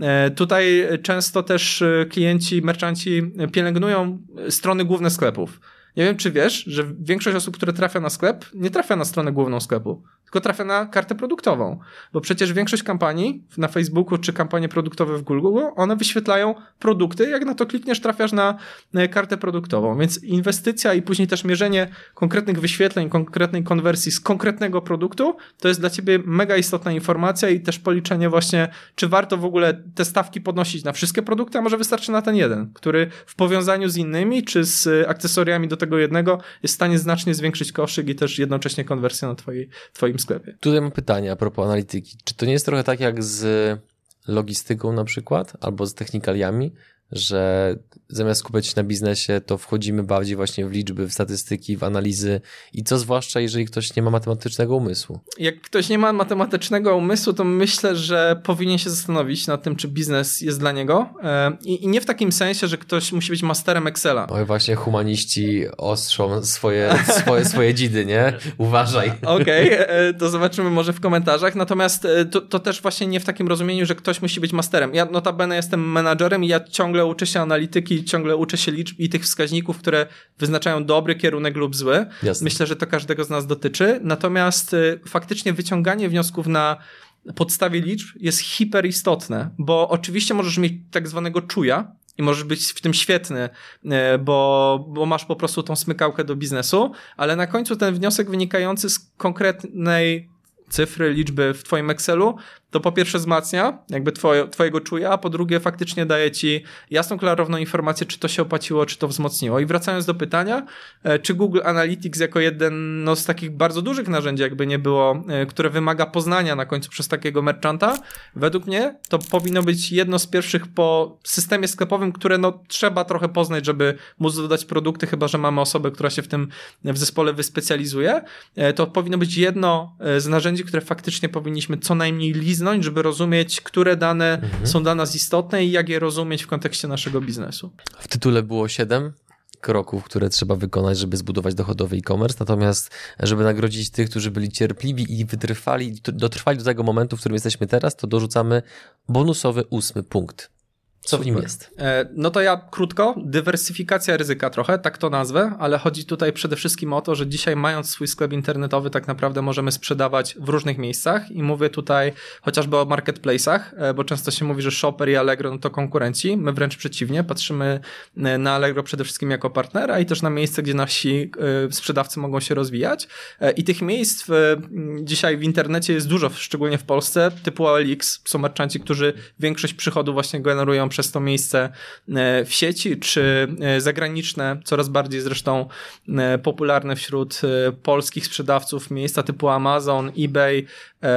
Tutaj często Często też klienci, merchanci pielęgnują strony główne sklepów. Nie wiem, czy wiesz, że większość osób, które trafia na sklep, nie trafia na stronę główną sklepu, tylko trafia na kartę produktową. Bo przecież większość kampanii na Facebooku czy kampanie produktowe w Google, one wyświetlają produkty. Jak na to klikniesz, trafiasz na kartę produktową. Więc inwestycja i później też mierzenie konkretnych wyświetleń, konkretnej konwersji z konkretnego produktu, to jest dla ciebie mega istotna informacja i też policzenie właśnie, czy warto w ogóle te stawki podnosić na wszystkie produkty, a może wystarczy na ten jeden, który w powiązaniu z innymi, czy z akcesoriami do tego jednego jest w stanie znacznie zwiększyć koszyk i też jednocześnie konwersję na twojej, twoim sklepie. Tutaj mam pytanie a propos analityki. Czy to nie jest trochę tak jak z logistyką na przykład, albo z technikaliami, że zamiast skupiać się na biznesie, to wchodzimy bardziej właśnie w liczby, w statystyki, w analizy i co zwłaszcza, jeżeli ktoś nie ma matematycznego umysłu? Jak ktoś nie ma matematycznego umysłu, to myślę, że powinien się zastanowić nad tym, czy biznes jest dla niego i, i nie w takim sensie, że ktoś musi być masterem Excela. Oj, właśnie humaniści ostrzą swoje, swoje, swoje dzidy, nie? Uważaj. Okej, okay, to zobaczymy może w komentarzach, natomiast to, to też właśnie nie w takim rozumieniu, że ktoś musi być masterem. Ja notabene jestem menadżerem i ja ciągle uczę się analityki, ciągle uczę się liczb i tych wskaźników, które wyznaczają dobry kierunek lub zły. Jasne. Myślę, że to każdego z nas dotyczy. Natomiast y, faktycznie wyciąganie wniosków na podstawie liczb jest hiperistotne, bo oczywiście możesz mieć tak zwanego czuja i możesz być w tym świetny, bo, bo masz po prostu tą smykałkę do biznesu, ale na końcu ten wniosek wynikający z konkretnej cyfry, liczby w twoim Excelu, to po pierwsze wzmacnia jakby twoje, twojego czuja, a po drugie faktycznie daje ci jasną, klarowną informację, czy to się opłaciło, czy to wzmocniło. I wracając do pytania, czy Google Analytics jako jedno z takich bardzo dużych narzędzi, jakby nie było, które wymaga poznania na końcu przez takiego merchanta, według mnie to powinno być jedno z pierwszych po systemie sklepowym, które no trzeba trochę poznać, żeby móc dodać produkty, chyba że mamy osobę, która się w tym w zespole wyspecjalizuje. To powinno być jedno z narzędzi, które faktycznie powinniśmy co najmniej liznąć, żeby rozumieć, które dane mhm. są dla nas istotne i jak je rozumieć w kontekście naszego biznesu. W tytule było siedem kroków, które trzeba wykonać, żeby zbudować dochodowy e-commerce, natomiast żeby nagrodzić tych, którzy byli cierpliwi i wytrwali, dotrwali do tego momentu, w którym jesteśmy teraz, to dorzucamy bonusowy ósmy punkt. Co w nim jest? No to ja krótko, dywersyfikacja ryzyka trochę, tak to nazwę, ale chodzi tutaj przede wszystkim o to, że dzisiaj mając swój sklep internetowy tak naprawdę możemy sprzedawać w różnych miejscach i mówię tutaj chociażby o marketplace'ach, bo często się mówi, że Shopper i Allegro no to konkurenci, my wręcz przeciwnie, patrzymy na Allegro przede wszystkim jako partnera i też na miejsce, gdzie nasi sprzedawcy mogą się rozwijać i tych miejsc dzisiaj w internecie jest dużo, szczególnie w Polsce, typu O L X, są merchanci, którzy większość przychodów właśnie generują przez to miejsce w sieci, czy zagraniczne, coraz bardziej zresztą popularne wśród polskich sprzedawców miejsca typu Amazon, eBay,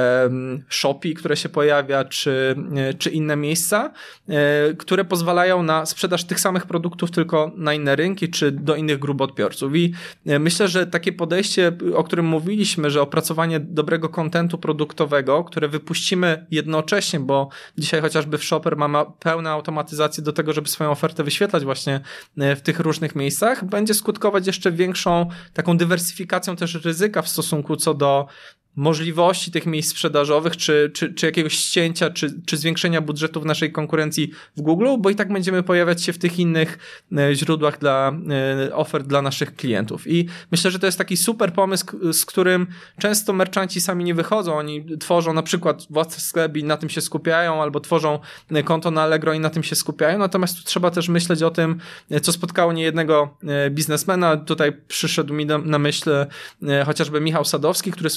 Shopee, które się pojawia, czy, czy inne miejsca, które pozwalają na sprzedaż tych samych produktów tylko na inne rynki, czy do innych grup odbiorców. I myślę, że takie podejście, o którym mówiliśmy, że opracowanie dobrego kontentu produktowego, które wypuścimy jednocześnie, bo dzisiaj chociażby w Shopper mamy pełną automatyzację do tego, żeby swoją ofertę wyświetlać właśnie w tych różnych miejscach, będzie skutkować jeszcze większą taką dywersyfikacją też ryzyka w stosunku co do możliwości tych miejsc sprzedażowych, czy, czy, czy jakiegoś ścięcia, czy, czy zwiększenia budżetów naszej konkurencji w Google, bo i tak będziemy pojawiać się w tych innych źródłach dla ofert dla naszych klientów. I myślę, że to jest taki super pomysł, z którym często merchanci sami nie wychodzą. Oni tworzą na przykład własny sklep i na tym się skupiają, albo tworzą konto na Allegro i na tym się skupiają. Natomiast tu trzeba też myśleć o tym, co spotkało niejednego biznesmena. Tutaj przyszedł mi na myśl chociażby Michał Sadowski, który swój biznes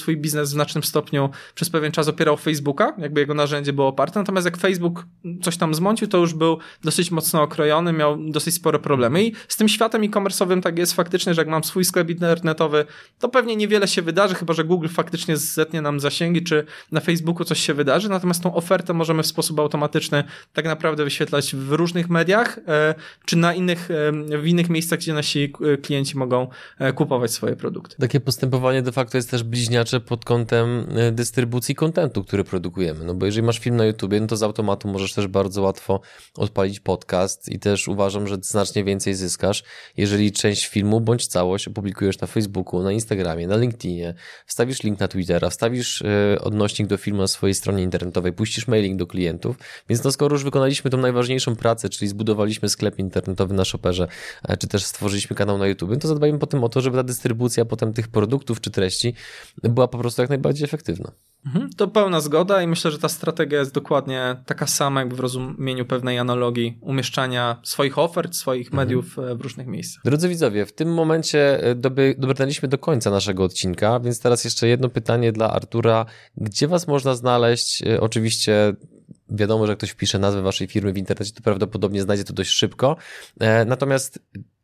w znacznym stopniu przez pewien czas opierał Facebooka, jakby jego narzędzie było oparte, natomiast jak Facebook coś tam zmącił, to już był dosyć mocno okrojony, miał dosyć spore problemy i z tym światem e-commerce'owym tak jest faktycznie, że jak mam swój sklep internetowy, to pewnie niewiele się wydarzy, chyba że Google faktycznie zetnie nam zasięgi, czy na Facebooku coś się wydarzy, natomiast tą ofertę możemy w sposób automatyczny tak naprawdę wyświetlać w różnych mediach, czy na innych, w innych miejscach, gdzie nasi klienci mogą kupować swoje produkty. Takie postępowanie de facto jest też bliźniacze pod kątem dystrybucji kontentu, który produkujemy, no bo jeżeli masz film na YouTubie, no to z automatu możesz też bardzo łatwo odpalić podcast i też uważam, że znacznie więcej zyskasz, jeżeli część filmu bądź całość opublikujesz na Facebooku, na Instagramie, na LinkedInie, wstawisz link na Twittera, wstawisz yy, odnośnik do filmu na swojej stronie internetowej, puścisz mailing do klientów, więc no skoro już wykonaliśmy tą najważniejszą pracę, czyli zbudowaliśmy sklep internetowy na Shopperze, czy też stworzyliśmy kanał na YouTube, to zadbajmy potem o to, żeby ta dystrybucja potem tych produktów czy treści była po prostu jak najbardziej efektywna. Mhm, to pełna zgoda i myślę, że ta strategia jest dokładnie taka sama, jakby w rozumieniu pewnej analogii umieszczania swoich ofert, swoich mhm. mediów w różnych miejscach. Drodzy widzowie, w tym momencie doby, dobrnęliśmy do końca naszego odcinka, więc teraz jeszcze jedno pytanie dla Artura. Gdzie was można znaleźć? Oczywiście wiadomo, że jak ktoś wpisze nazwę waszej firmy w internecie, to prawdopodobnie znajdzie to dość szybko. Natomiast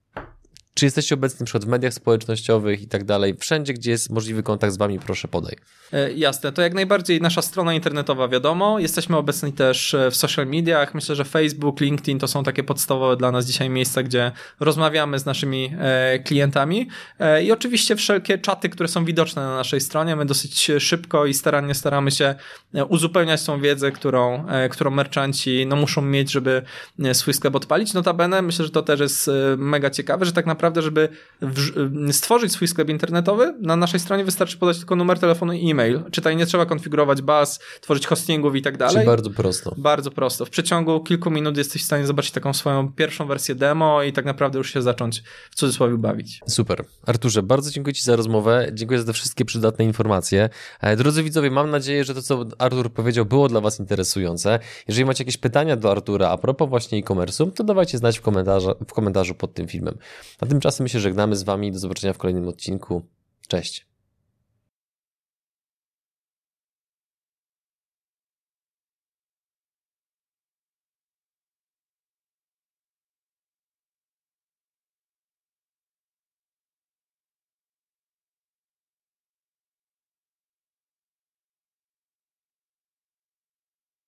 czy jesteście obecni na przykład w mediach społecznościowych i tak dalej? Wszędzie, gdzie jest możliwy kontakt z wami, proszę podaj. E, jasne, to jak najbardziej nasza strona internetowa, wiadomo. Jesteśmy obecni też w social mediach. Myślę, że Facebook, LinkedIn to są takie podstawowe dla nas dzisiaj miejsca, gdzie rozmawiamy z naszymi e, klientami. E, I oczywiście wszelkie czaty, które są widoczne na naszej stronie. My dosyć szybko i starannie staramy się uzupełniać tą wiedzę, którą, e, którą merchanci no, muszą mieć, żeby swój sklep odpalić. Notabene myślę, że to też jest mega ciekawe, że tak naprawdę Naprawdę, żeby w- stworzyć swój sklep internetowy, na naszej stronie wystarczy podać tylko numer telefonu i e-mail. Czytaj, nie trzeba konfigurować baz, tworzyć hostingów i tak dalej. Czyli bardzo prosto. Bardzo prosto. W przeciągu kilku minut jesteś w stanie zobaczyć taką swoją pierwszą wersję demo i tak naprawdę już się zacząć w cudzysłowie bawić. Super. Arturze, bardzo dziękuję ci za rozmowę. Dziękuję za te wszystkie przydatne informacje. Drodzy widzowie, mam nadzieję, że to, co Artur powiedział, było dla was interesujące. Jeżeli macie jakieś pytania do Artura a propos właśnie e-commerce'u, to dawajcie znać w komentarzu, w komentarzu pod tym filmem. A tymczasem my się żegnamy z wami. Do zobaczenia w kolejnym odcinku. Cześć.